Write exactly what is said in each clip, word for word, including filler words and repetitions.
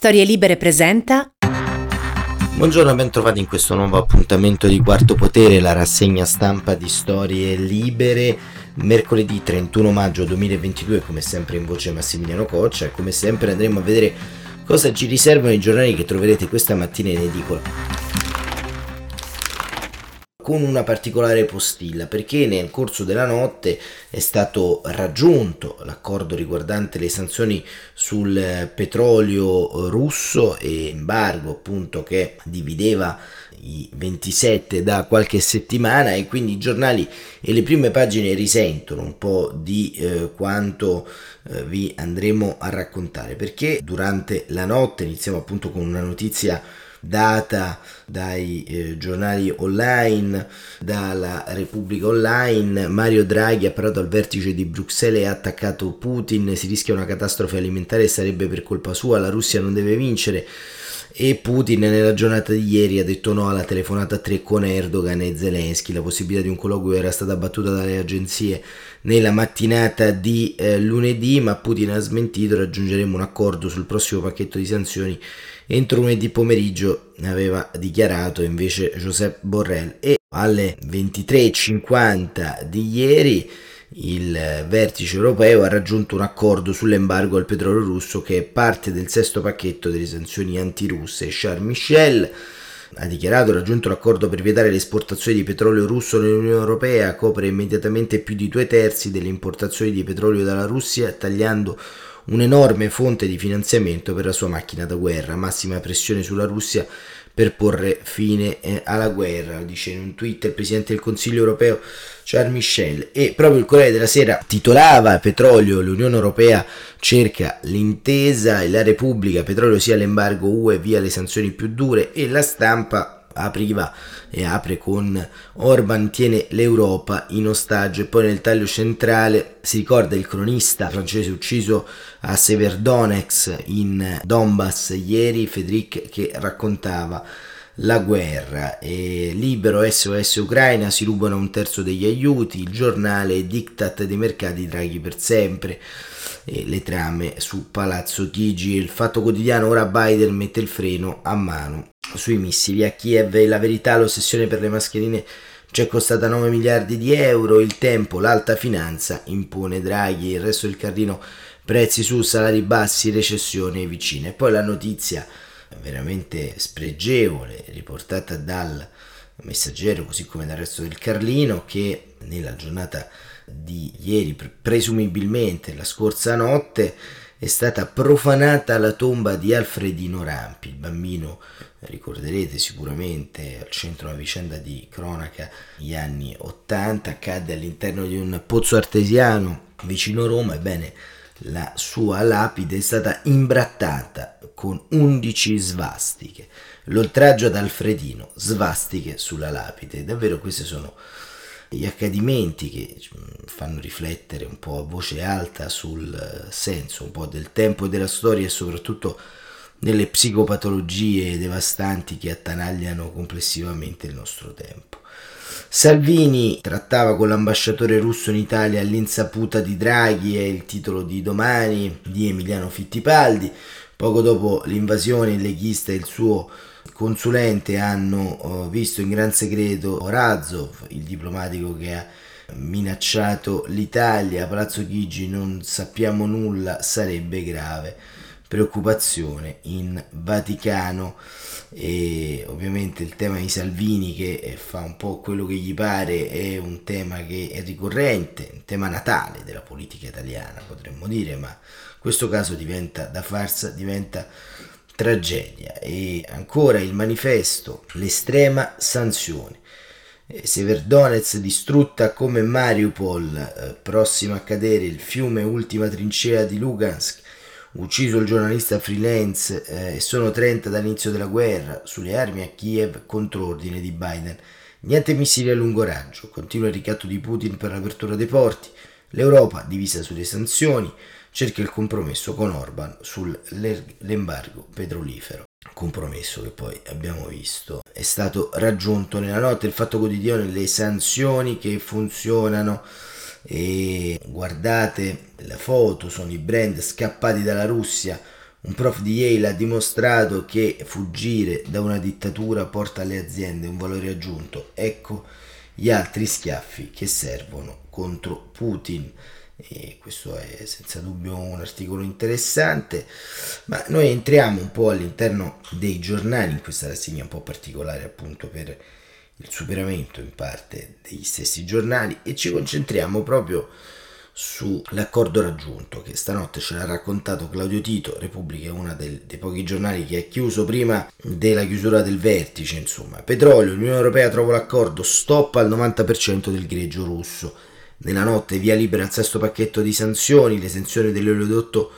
Storie Libere presenta. Buongiorno e ben trovati in questo nuovo appuntamento di Quarto Potere, la rassegna stampa di Storie Libere, mercoledì trentuno maggio duemilaventidue, come sempre in voce Massimiliano Coccia, e come sempre andremo a vedere cosa ci riservano i giornali che troverete questa mattina in edicola, con una particolare postilla, perché nel corso della notte è stato raggiunto l'accordo riguardante le sanzioni sul petrolio russo e embargo appunto che divideva i ventisette da qualche settimana, e quindi i giornali e le prime pagine risentono un po' di eh, quanto eh, vi andremo a raccontare, perché durante la notte iniziamo appunto con una notizia data dai eh, giornali online, dalla Repubblica Online. Mario Draghi ha parlato al vertice di Bruxelles e ha attaccato Putin, si rischia una catastrofe alimentare e sarebbe per colpa sua, la Russia non deve vincere. E Putin nella giornata di ieri ha detto no alla telefonata a tre con Erdogan e Zelensky. La possibilità di un colloquio era stata battuta dalle agenzie nella mattinata di eh, lunedì, ma Putin ha smentito. Raggiungeremo un accordo sul prossimo pacchetto di sanzioni entro lunedì pomeriggio, aveva dichiarato invece Josep Borrell. E alle ventitré e cinquanta di ieri il vertice europeo ha raggiunto un accordo sull'embargo al petrolio russo, che è parte del sesto pacchetto delle sanzioni antirusse. Charles Michel ha dichiarato: raggiunto l'accordo per vietare le esportazioni di petrolio russo nell'Unione Europea, copre immediatamente più di due terzi delle importazioni di petrolio dalla Russia, tagliando un'enorme fonte di finanziamento per la sua macchina da guerra. Massima pressione sulla Russia per porre fine eh, alla guerra, dice in un tweet il Presidente del Consiglio europeo Charles Michel. E proprio il Corriere della Sera titolava: petrolio, l'Unione Europea cerca l'intesa, e la Repubblica: petrolio sia l'embargo, U E via le sanzioni più dure. E La Stampa apriva e apre con Orban tiene l'Europa in ostaggio, e poi nel taglio centrale si ricorda il cronista francese ucciso a Severodonetsk in Donbass ieri, Federic, che raccontava la guerra. E Libero, S O S Ucraina, si rubano un terzo degli aiuti. Il Giornale, diktat dei mercati, Draghi per sempre, e le trame su Palazzo Chigi. Il Fatto Quotidiano, ora Biden mette il freno a mano sui missili a Kiev. E La Verità, l'ossessione per le mascherine ci è costata nove miliardi di euro. Il Tempo, l'alta finanza impone Draghi. Il Resto del Carlino, prezzi su, salari bassi, recessione vicina. E poi la notizia veramente spregevole riportata dal Messaggero, così come dal Resto del Carlino, che nella giornata di ieri, presumibilmente la scorsa notte, è stata profanata la tomba di Alfredino Rampi, il bambino, ricorderete sicuramente, al centro di una vicenda di cronaca negli anni ottanta. Accadde all'interno di un pozzo artesiano vicino Roma. Ebbene, la sua lapide è stata imbrattata con undici svastiche. L'oltraggio ad Alfredino, svastiche sulla lapide. Davvero questi sono gli accadimenti che fanno riflettere un po' a voce alta sul senso un po' del tempo e della storia, e soprattutto nelle psicopatologie devastanti che attanagliano complessivamente il nostro tempo. Salvini trattava con l'ambasciatore russo in Italia all'insaputa di Draghi, è il titolo di Domani di Emiliano Fittipaldi. Poco dopo l'invasione, il leghista e il suo consulente hanno visto in gran segreto Razov, il diplomatico che ha minacciato l'Italia. Palazzo Chigi, non sappiamo nulla, sarebbe grave. Preoccupazione in Vaticano. E ovviamente il tema di Salvini, che fa un po' quello che gli pare, è un tema che è ricorrente, un tema natale della politica italiana, potremmo dire, ma in questo caso diventa da farsa, diventa tragedia. E ancora il Manifesto, l'estrema sanzione. Severodonetsk distrutta come Mariupol, eh, prossima a cadere il fiume, ultima trincea di Lugansk. Ucciso il giornalista freelance, e eh, sono trenta dall'inizio della guerra. Sulle armi a Kiev, contrordine di Biden. Niente missili a lungo raggio. Continua il ricatto di Putin per l'apertura dei porti. L'Europa, divisa sulle sanzioni, cerca il compromesso con Orban sull'embargo petrolifero. Compromesso che poi abbiamo visto è stato raggiunto nella notte. Il Fatto Quotidiano, le sanzioni che funzionano. E guardate la foto, sono i brand scappati dalla Russia Un prof di Yale ha dimostrato che fuggire da una dittatura porta alle aziende un valore aggiunto. Ecco gli altri schiaffi che servono contro Putin. E questo è senza dubbio un articolo interessante, ma noi entriamo un po' all'interno dei giornali in questa rassegna un po' particolare, appunto per il superamento in parte degli stessi giornali, e ci concentriamo proprio sull'accordo raggiunto che stanotte ce l'ha raccontato Claudio Tito. Repubblica è uno dei, dei pochi giornali che è chiuso prima della chiusura del vertice. Insomma, petrolio, l'Unione Europea trova l'accordo, stop al novanta per cento del greggio russo. Nella notte via libera al sesto pacchetto di sanzioni, l'esenzione dell'oleodotto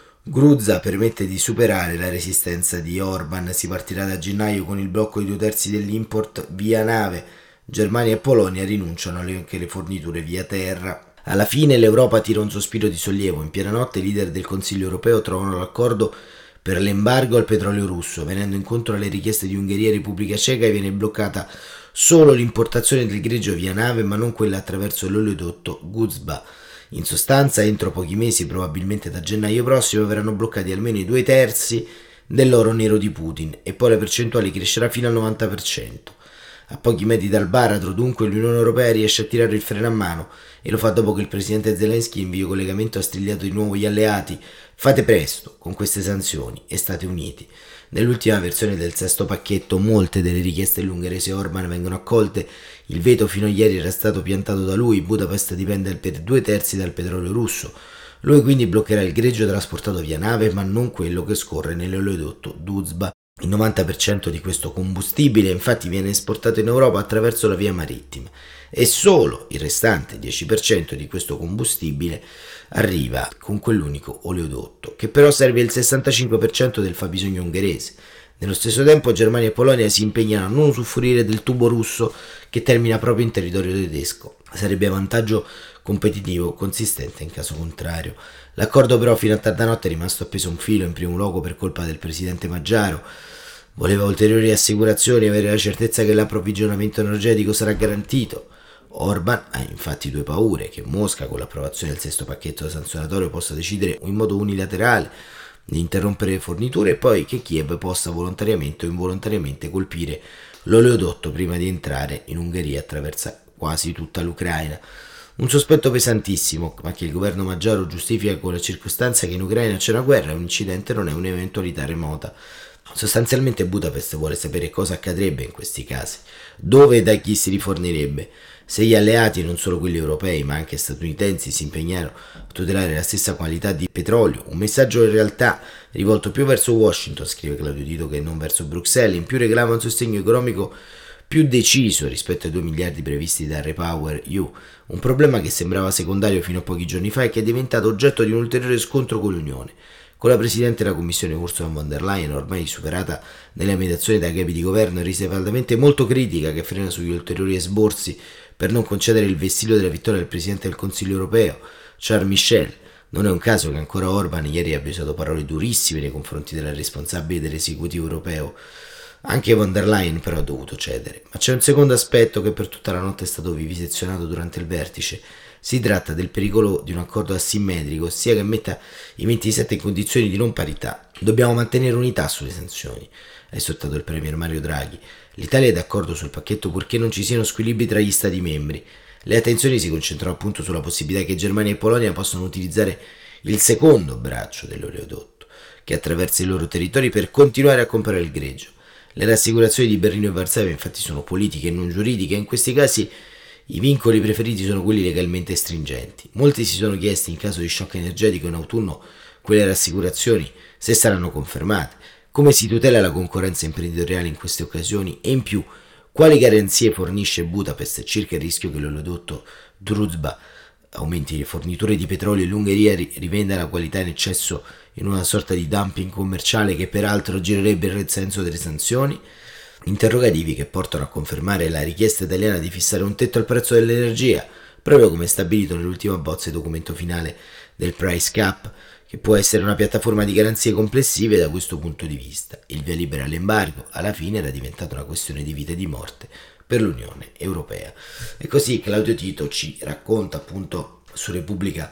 Gruzza permette di superare la resistenza di Orban. Si partirà da gennaio con il blocco di due terzi dell'import via nave. Germania e Polonia rinunciano anche alle forniture via terra. Alla fine l'Europa tira un sospiro di sollievo. In piena notte i leader del Consiglio europeo trovano l'accordo per l'embargo al petrolio russo, venendo incontro alle richieste di Ungheria e Repubblica Ceca, e viene bloccata solo l'importazione del greggio via nave, ma non quella attraverso l'oleodotto Guzba. In sostanza, entro pochi mesi, probabilmente da gennaio prossimo, verranno bloccati almeno i due terzi dell'oro nero di Putin, e poi la percentuale crescerà fino al novanta per cento. A pochi metri dal baratro, dunque, l'Unione Europea riesce a tirare il freno a mano, e lo fa dopo che il presidente Zelensky in videocollegamento ha strigliato di nuovo gli alleati: fate presto con queste sanzioni e state uniti. Nell'ultima versione del sesto pacchetto molte delle richieste dell'ungherese Orban vengono accolte. Il veto fino a ieri era stato piantato da lui. Budapest dipende per due terzi dal petrolio russo. Lui quindi bloccherà il greggio trasportato via nave, ma non quello che scorre nell'oleodotto Duzba. Il novanta per cento di questo combustibile infatti viene esportato in Europa attraverso la via marittima, e solo il restante dieci per cento di questo combustibile arriva con quell'unico oleodotto, che però serve il sessantacinque per cento del fabbisogno ungherese. Nello stesso tempo Germania e Polonia si impegnano a non usufruire del tubo russo che termina proprio in territorio tedesco. Sarebbe a vantaggio competitivo consistente in caso contrario. L'accordo però fino a tarda notte è rimasto appeso a un filo, in primo luogo per colpa del presidente Maggiaro. Voleva ulteriori assicurazioni e avere la certezza che l'approvvigionamento energetico sarà garantito. Orban ha infatti due paure: che Mosca, con l'approvazione del sesto pacchetto sanzionatorio, possa decidere in modo unilaterale di interrompere le forniture, e poi che Kiev possa volontariamente o involontariamente colpire l'oleodotto prima di entrare in Ungheria attraverso quasi tutta l'Ucraina. Un sospetto pesantissimo, ma che il governo Maggiaro giustifica con la circostanza che in Ucraina c'è una guerra e un incidente non è un'eventualità remota. Sostanzialmente Budapest vuole sapere cosa accadrebbe in questi casi, dove e da chi si rifornirebbe. Se gli alleati, non solo quelli europei ma anche statunitensi, si impegnarono a tutelare la stessa qualità di petrolio, un messaggio in realtà rivolto più verso Washington, scrive Claudio Tito, che non verso Bruxelles, in più reclama un sostegno economico più deciso rispetto ai due miliardi previsti da Repower E U, un problema che sembrava secondario fino a pochi giorni fa e che è diventato oggetto di un ulteriore scontro con l'Unione. Con la Presidente della Commissione Ursula von der Leyen ormai superata nelle mediazioni dai capi di governo e riservatamente molto critica, che frena sugli ulteriori esborsi per non concedere il vessillo della vittoria del Presidente del Consiglio Europeo, Charles Michel. Non è un caso che ancora Orban ieri abbia usato parole durissime nei confronti della responsabile dell'esecutivo europeo. Anche von der Leyen però ha dovuto cedere. Ma c'è un secondo aspetto che per tutta la notte è stato vivisezionato durante il vertice. Si tratta del pericolo di un accordo asimmetrico, ossia che metta i ventisette in condizioni di non parità. Dobbiamo mantenere unità sulle sanzioni, ha esortato il premier Mario Draghi. L'Italia è d'accordo sul pacchetto purché non ci siano squilibri tra gli Stati membri. Le attenzioni si concentrano appunto sulla possibilità che Germania e Polonia possano utilizzare il secondo braccio dell'oleodotto, che attraversa i loro territori, per continuare a comprare il greggio. Le rassicurazioni di Berlino e Varsavia infatti sono politiche e non giuridiche, e in questi casi i vincoli preferiti sono quelli legalmente stringenti. Molti si sono chiesti, in caso di shock energetico in autunno, quelle rassicurazioni, se saranno confermate, come si tutela la concorrenza imprenditoriale in queste occasioni, e in più quali garanzie fornisce Budapest circa il rischio che l'oleodotto Druzba aumenti le forniture di petrolio e l'Ungheria rivenda la qualità in eccesso in una sorta di dumping commerciale che peraltro girerebbe il senso delle sanzioni? Interrogativi che portano a confermare la richiesta italiana di fissare un tetto al prezzo dell'energia, proprio come stabilito nell'ultima bozza di documento finale del Price Cap, che può essere una piattaforma di garanzie complessive da questo punto di vista. Il via libera all'embargo alla fine era diventata una questione di vita e di morte per l'Unione Europea. E così Claudio Tito ci racconta appunto su Repubblica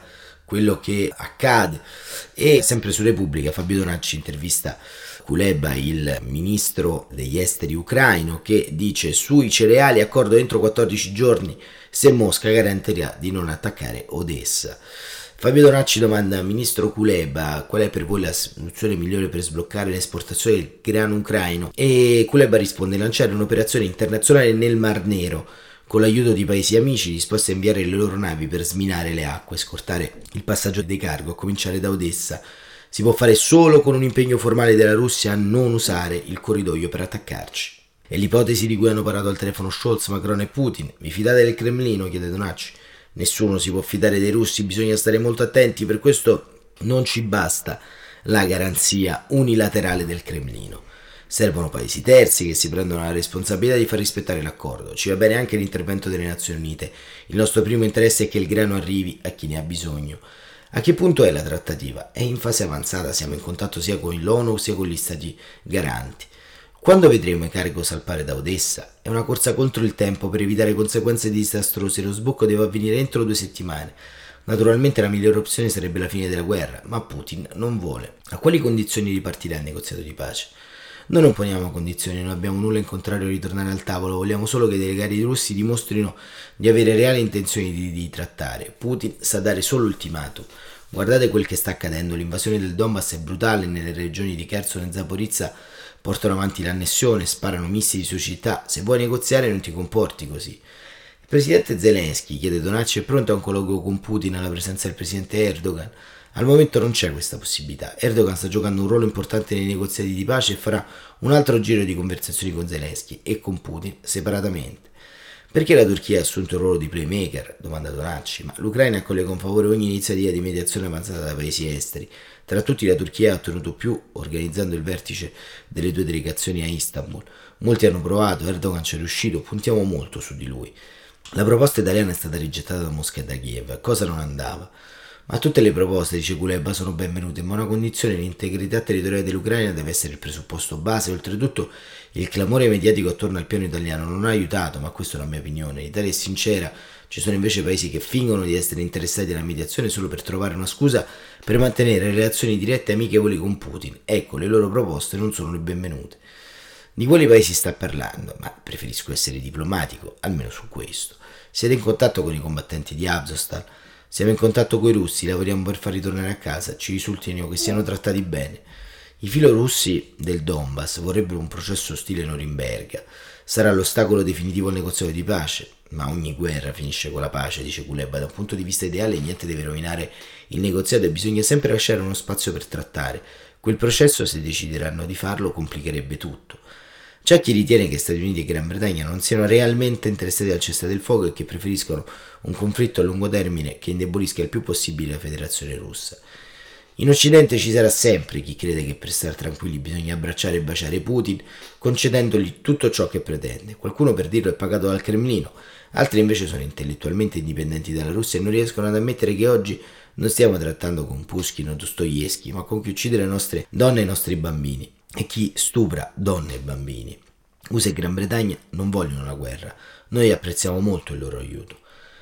quello che accade. E sempre su Repubblica Fabio Donacci intervista Kuleba, il ministro degli esteri ucraino, che dice: sui cereali accordo entro quattordici giorni se Mosca garantirà di non attaccare Odessa. Fabio Donacci domanda: ministro Kuleba, qual è per voi la soluzione migliore per sbloccare l'esportazione del grano ucraino? E Kuleba risponde: lanciare un'operazione internazionale nel Mar Nero con l'aiuto di paesi amici disposti a inviare le loro navi per sminare le acque, scortare il passaggio dei cargo, a cominciare da Odessa. Si può fare solo con un impegno formale della Russia a non usare il corridoio per attaccarci. E l'ipotesi di cui hanno parlato al telefono Scholz, Macron e Putin? Vi fidate del Cremlino? Chiede Donacci. Nessuno si può fidare dei russi, bisogna stare molto attenti, per questo non ci basta la garanzia unilaterale del Cremlino. Servono paesi terzi che si prendono la responsabilità di far rispettare l'accordo. Ci va bene anche l'intervento delle Nazioni Unite. Il nostro primo interesse è che il grano arrivi a chi ne ha bisogno. A che punto è la trattativa? È in fase avanzata, siamo in contatto sia con l'ONU sia con gli stati garanti. Quando vedremo i cargo salpare da Odessa? È una corsa contro il tempo per evitare conseguenze disastrose. Lo sbocco deve avvenire entro due settimane. Naturalmente la migliore opzione sarebbe la fine della guerra, ma Putin non vuole. A quali condizioni ripartirà il negoziato di pace? Noi non poniamo condizioni, non abbiamo nulla in contrario a ritornare al tavolo, vogliamo solo che i delegati russi dimostrino di avere reali intenzioni di, di trattare. Putin sa dare solo ultimatum. Guardate quel che sta accadendo, l'invasione del Donbass è brutale, nelle regioni di Kherson e Zaporizhzhia portano avanti l'annessione, sparano missili su città, se vuoi negoziare non ti comporti così. Il presidente Zelensky, chiede Donacci, è pronto a un colloquio con Putin alla presenza del presidente Erdogan? Al momento non c'è questa possibilità. Erdogan sta giocando un ruolo importante nei negoziati di pace e farà un altro giro di conversazioni con Zelensky e con Putin separatamente. Perché la Turchia ha assunto il ruolo di playmaker? Domanda Donacci, ma l'Ucraina accoglie con favore ogni iniziativa di mediazione avanzata da paesi esteri. Tra tutti la Turchia ha ottenuto più organizzando il vertice delle due delegazioni a Istanbul. Molti hanno provato, Erdogan ci è riuscito, puntiamo molto su di lui. La proposta italiana è stata rigettata da Mosca e da Kiev. Cosa non andava? Ma tutte le proposte, dice Kuleba, sono benvenute, ma una condizione: l'integrità territoriale dell'Ucraina deve essere il presupposto base. Oltretutto il clamore mediatico attorno al piano italiano non ha aiutato, ma questa è la mia opinione. L'Italia è sincera, ci sono invece paesi che fingono di essere interessati alla mediazione solo per trovare una scusa per mantenere relazioni dirette e amichevoli con Putin. Ecco, le loro proposte non sono le benvenute. Di quali paesi sta parlando? Ma preferisco essere diplomatico, almeno su questo. Siete in contatto con i combattenti di Azovstal? Siamo in contatto con i russi, lavoriamo per far ritornare a casa, ci risultino che siano trattati bene. I filorussi del Donbass vorrebbero un processo stile Norimberga. Sarà l'ostacolo definitivo al negoziato di pace, ma ogni guerra finisce con la pace, dice Kuleba. Da un punto di vista ideale niente deve rovinare il negoziato e bisogna sempre lasciare uno spazio per trattare. Quel processo, se decideranno di farlo, complicherebbe tutto. C'è chi ritiene che Stati Uniti e Gran Bretagna non siano realmente interessati al cessate il fuoco e che preferiscono un conflitto a lungo termine che indebolisca il più possibile la Federazione Russa. In Occidente ci sarà sempre chi crede che per stare tranquilli bisogna abbracciare e baciare Putin, concedendogli tutto ciò che pretende. Qualcuno, per dirlo, è pagato dal Cremlino, altri invece sono intellettualmente indipendenti dalla Russia e non riescono ad ammettere che oggi non stiamo trattando con Pushkin o Dostoevsky, ma con chi uccide le nostre donne e i nostri bambini e chi stupra donne e bambini. U S A e Gran Bretagna non vogliono la guerra, noi apprezziamo molto il loro aiuto.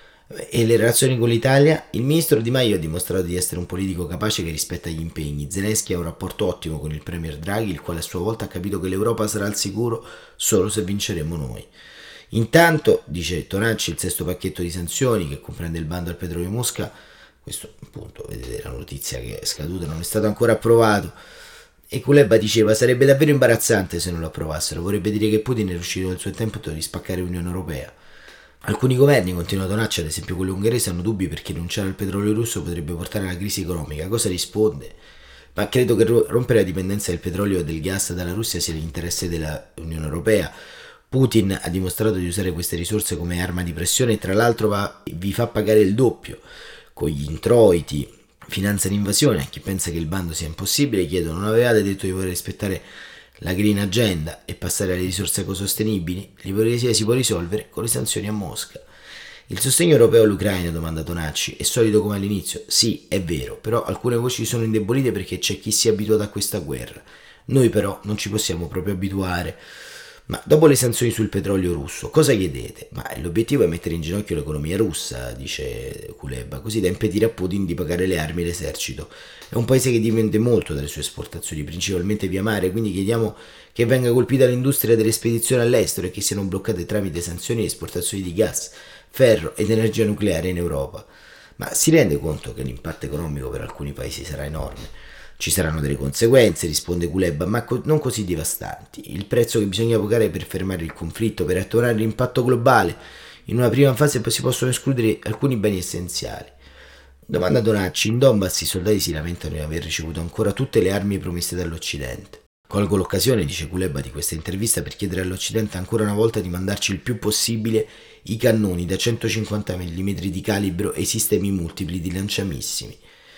E le relazioni con l'Italia? Il ministro Di Maio ha dimostrato di essere un politico capace che rispetta gli impegni. Zelensky ha un rapporto ottimo con il premier Draghi, il quale a sua volta ha capito che l'Europa sarà al sicuro solo se vinceremo noi. Intanto, dice Donacci, il sesto pacchetto di sanzioni che comprende il bando al petrolio di Mosca, questo appunto, vedete la notizia che è scaduta, non è stato ancora approvato. E Kuleba diceva: sarebbe davvero imbarazzante se non lo approvassero, vorrebbe dire che Putin è riuscito nel suo tempo di spaccare l'Unione Europea. Alcuni governi, continua Donacci, ad esempio quello ungherese, hanno dubbi perché rinunciare al petrolio russo potrebbe portare alla crisi economica. Cosa risponde? Ma credo che rompere la dipendenza del petrolio e del gas dalla Russia sia l'interesse dell'Unione Europea. Putin ha dimostrato di usare queste risorse come arma di pressione e tra l'altro va, vi fa pagare il doppio. Con gli introiti finanzia l'invasione. A chi pensa che il bando sia impossibile chiedo: non avevate detto di voler rispettare la Green Agenda e passare alle risorse ecosostenibili? L'ipocrisia si può risolvere con le sanzioni a Mosca. Il sostegno europeo all'Ucraina, domanda Donacci, è solido come all'inizio? Sì, è vero, però alcune voci sono indebolite perché c'è chi si è abituato a questa guerra. Noi però non ci possiamo proprio abituare. Ma dopo le sanzioni sul petrolio russo, cosa chiedete? Ma l'obiettivo è mettere in ginocchio l'economia russa, dice Kuleba, così da impedire a Putin di pagare le armi e l'esercito. È un paese che dipende molto dalle sue esportazioni, principalmente via mare, quindi chiediamo che venga colpita l'industria delle spedizioni all'estero e che siano bloccate tramite sanzioni le esportazioni di gas, ferro ed energia nucleare in Europa. Ma si rende conto che l'impatto economico per alcuni paesi sarà enorme? Ci saranno delle conseguenze, risponde Kuleba, ma co- non così devastanti. Il prezzo che bisogna pagare per fermare il conflitto, per attuare l'impatto globale. In una prima fase si possono escludere alcuni beni essenziali. Domanda Donacci, in Donbass i soldati si lamentano di aver ricevuto ancora tutte le armi promesse dall'Occidente. Colgo l'occasione, dice Kuleba, di questa intervista per chiedere all'Occidente ancora una volta di mandarci il più possibile i cannoni da centocinquanta millimetri di calibro e i sistemi multipli di lanciamissili.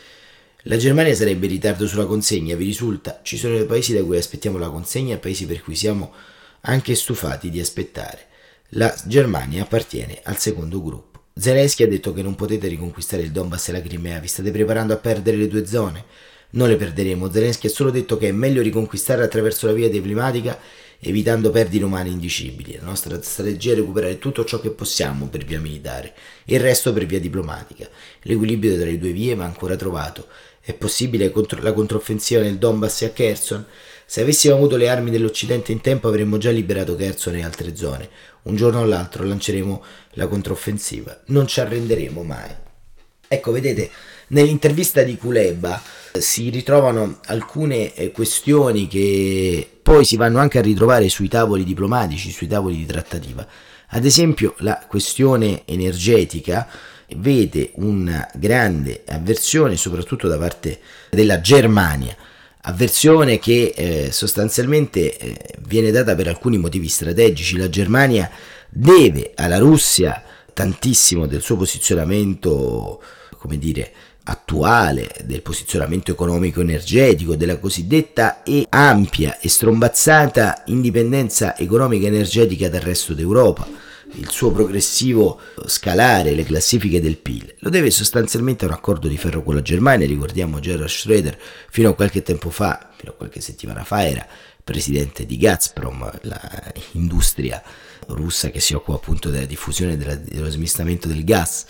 La Germania sarebbe in ritardo sulla consegna, vi risulta? Ci sono dei paesi da cui aspettiamo la consegna e paesi per cui siamo anche stufati di aspettare. La Germania appartiene al secondo gruppo. Zelensky ha detto che non potete riconquistare il Donbass e la Crimea, vi state preparando a perdere le due zone. Non le perderemo. Zelensky ha solo detto che è meglio riconquistare attraverso la via diplomatica, evitando perdite umane indicibili. La nostra strategia è recuperare tutto ciò che possiamo per via militare e il resto per via diplomatica. L'equilibrio tra le due vie va ancora trovato. È possibile la controffensiva nel Donbass e a Kherson? Se avessimo avuto le armi dell'Occidente in tempo avremmo già liberato Kherson e altre zone. Un giorno o l'altro lanceremo la controffensiva. Non ci arrenderemo mai. Ecco, vedete, nell'intervista di Kuleba si ritrovano alcune questioni che poi si vanno anche a ritrovare sui tavoli diplomatici, sui tavoli di trattativa. Ad esempio, la questione energetica vede una grande avversione soprattutto da parte della Germania, avversione che eh, sostanzialmente eh, viene data per alcuni motivi strategici. La Germania deve alla Russia tantissimo del suo posizionamento, come dire, attuale, del posizionamento economico energetico, della cosiddetta e ampia e strombazzata indipendenza economica energetica dal resto d'Europa. Il suo progressivo scalare le classifiche del P I L lo deve sostanzialmente a un accordo di ferro con la Germania. Ricordiamo Gerhard Schröder fino a qualche tempo fa, fino a qualche settimana fa, era presidente di Gazprom, la industria russa che si occupa appunto della diffusione e dello smistamento del gas.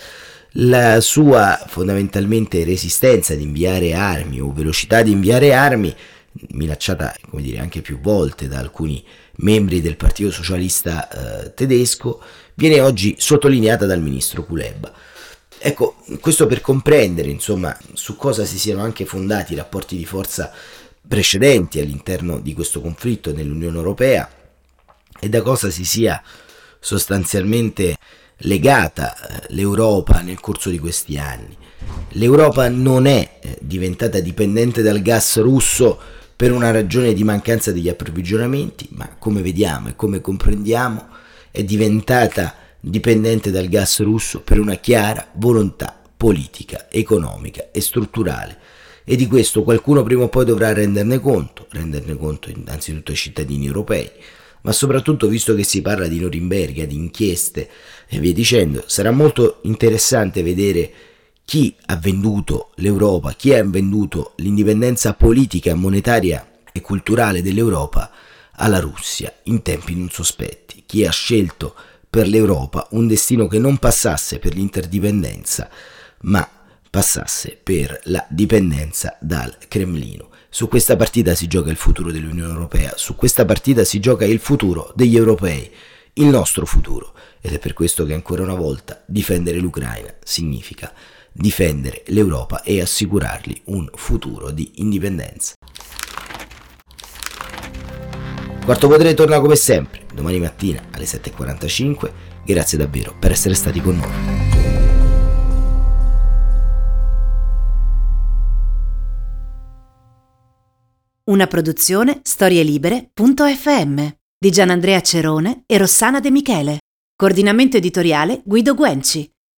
La sua fondamentalmente resistenza ad inviare armi o velocità di inviare armi, minacciata, come dire, anche più volte da alcuni membri del Partito Socialista eh, tedesco, viene oggi sottolineata dal ministro Kuleba. Ecco, questo per comprendere, insomma, su cosa si siano anche fondati i rapporti di forza precedenti all'interno di questo conflitto nell'Unione Europea e da cosa si sia sostanzialmente legata l'Europa nel corso di questi anni. L'Europa non è diventata dipendente dal gas russo per una ragione di mancanza degli approvvigionamenti, ma come vediamo e come comprendiamo è diventata dipendente dal gas russo per una chiara volontà politica, economica e strutturale. E di questo qualcuno prima o poi dovrà renderne conto, renderne conto innanzitutto ai cittadini europei, ma soprattutto, visto che si parla di Norimberga, di inchieste e via dicendo, sarà molto interessante vedere chi ha venduto l'Europa, chi ha venduto l'indipendenza politica, monetaria e culturale dell'Europa alla Russia in tempi non sospetti, chi ha scelto per l'Europa un destino che non passasse per l'interdipendenza, ma passasse per la dipendenza dal Cremlino. Su questa partita si gioca il futuro dell'Unione Europea, su questa partita si gioca il futuro degli europei, il nostro futuro, ed è per questo che ancora una volta difendere l'Ucraina significa difendere l'Europa e assicurargli un futuro di indipendenza. Quarto Potere torna come sempre, domani mattina alle sette e quarantacinque. Grazie davvero per essere stati con noi. Una produzione storielibere punto effe emme di Gianandrea Cerone e Rossana De Michele. Coordinamento editoriale Guido Guenci.